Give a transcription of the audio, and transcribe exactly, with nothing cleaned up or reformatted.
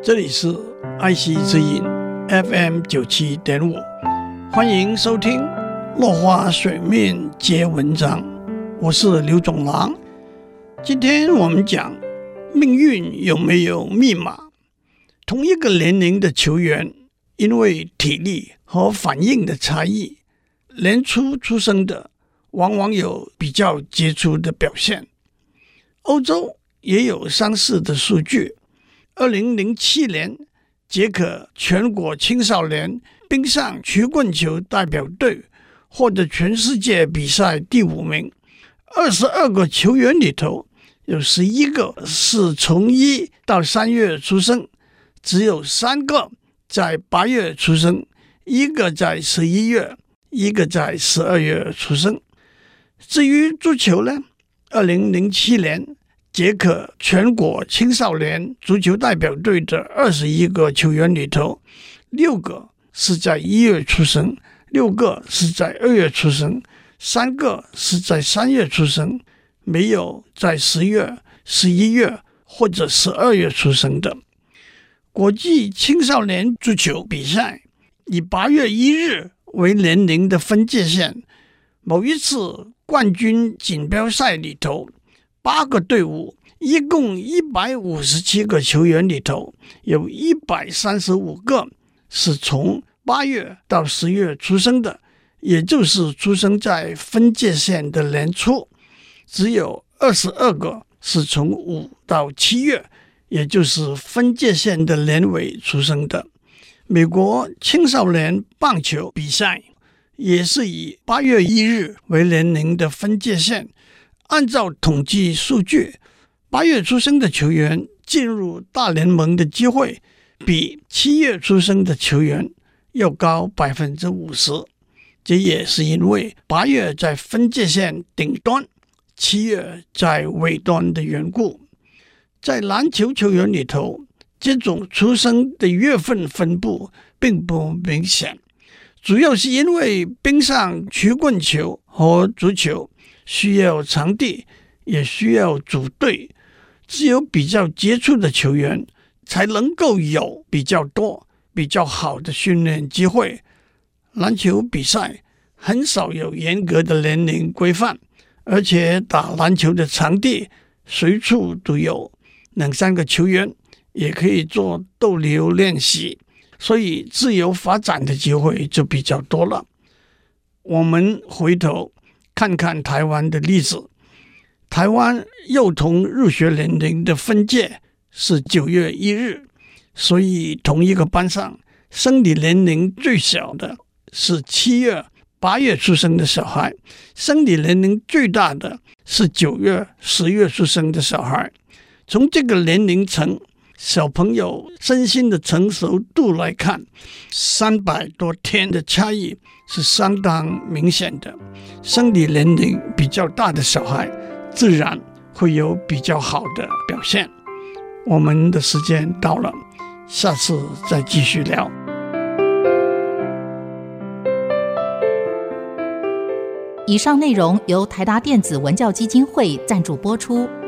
这里是爱惜之音 F M 九十七点五，欢迎收听落花水面皆文章，我是刘总郎。今天我们讲命运有没有密码。同一个年龄的球员，因为体力和反应的差异，年初出生的往往有比较杰出的表现。欧洲也有相似的数据。二零零七年，捷克全国青少年冰上曲棍球代表队获得全世界比赛第五名。二十二个球员里头，有十一个是从一到三月出生，只有三个在八月出生，一个在十一月，一个在十二月出生。至于足球呢，二零零七年捷克全国青少年足球代表队的二十一个球员里头，六个是在一月出生，六个是在二月出生，三个是在三月出生，没有在十月、十一月或者十二月出生的。国际青少年足球比赛以八月一日为年龄的分界线，某一次冠军锦标赛里头，八个队伍一共一百五十七个球员里头，有一百三十五个是从八月到十月出生的，也就是出生在分界线的年初。只有二十二个是从五到七月，也就是分界线的年尾出生的。美国青少年棒球比赛也是以八月一日为年龄的分界线。按照统计数据，八月出生的球员进入大联盟的机会比七月出生的球员要高 百分之五十。 这也是因为八月在分界线顶端，七月在尾端的缘故。在篮球球员里头，这种出生的月份分布并不明显，主要是因为冰上曲棍球和足球需要场地，也需要组队，只有比较杰出的球员才能够有比较多、比较好的训练机会。篮球比赛很少有严格的年龄规范，而且打篮球的场地随处都有，两三个球员也可以做斗牛练习，所以自由发展的机会就比较多了。我们回头看看台湾的例子，台湾幼童入学年龄的分界是九月一日，所以同一个班上生理年龄最小的是七月、八月出生的小孩，生理年龄最大的是九月、十月出生的小孩。从这个年龄层小朋友身心的成熟度来看，三百多天的差异是相当明显的。生理年龄比较大的小孩自然会有比较好的表现。我们的时间到了，下次再继续聊。 以上内容由台达电子文教基金会赞助播出。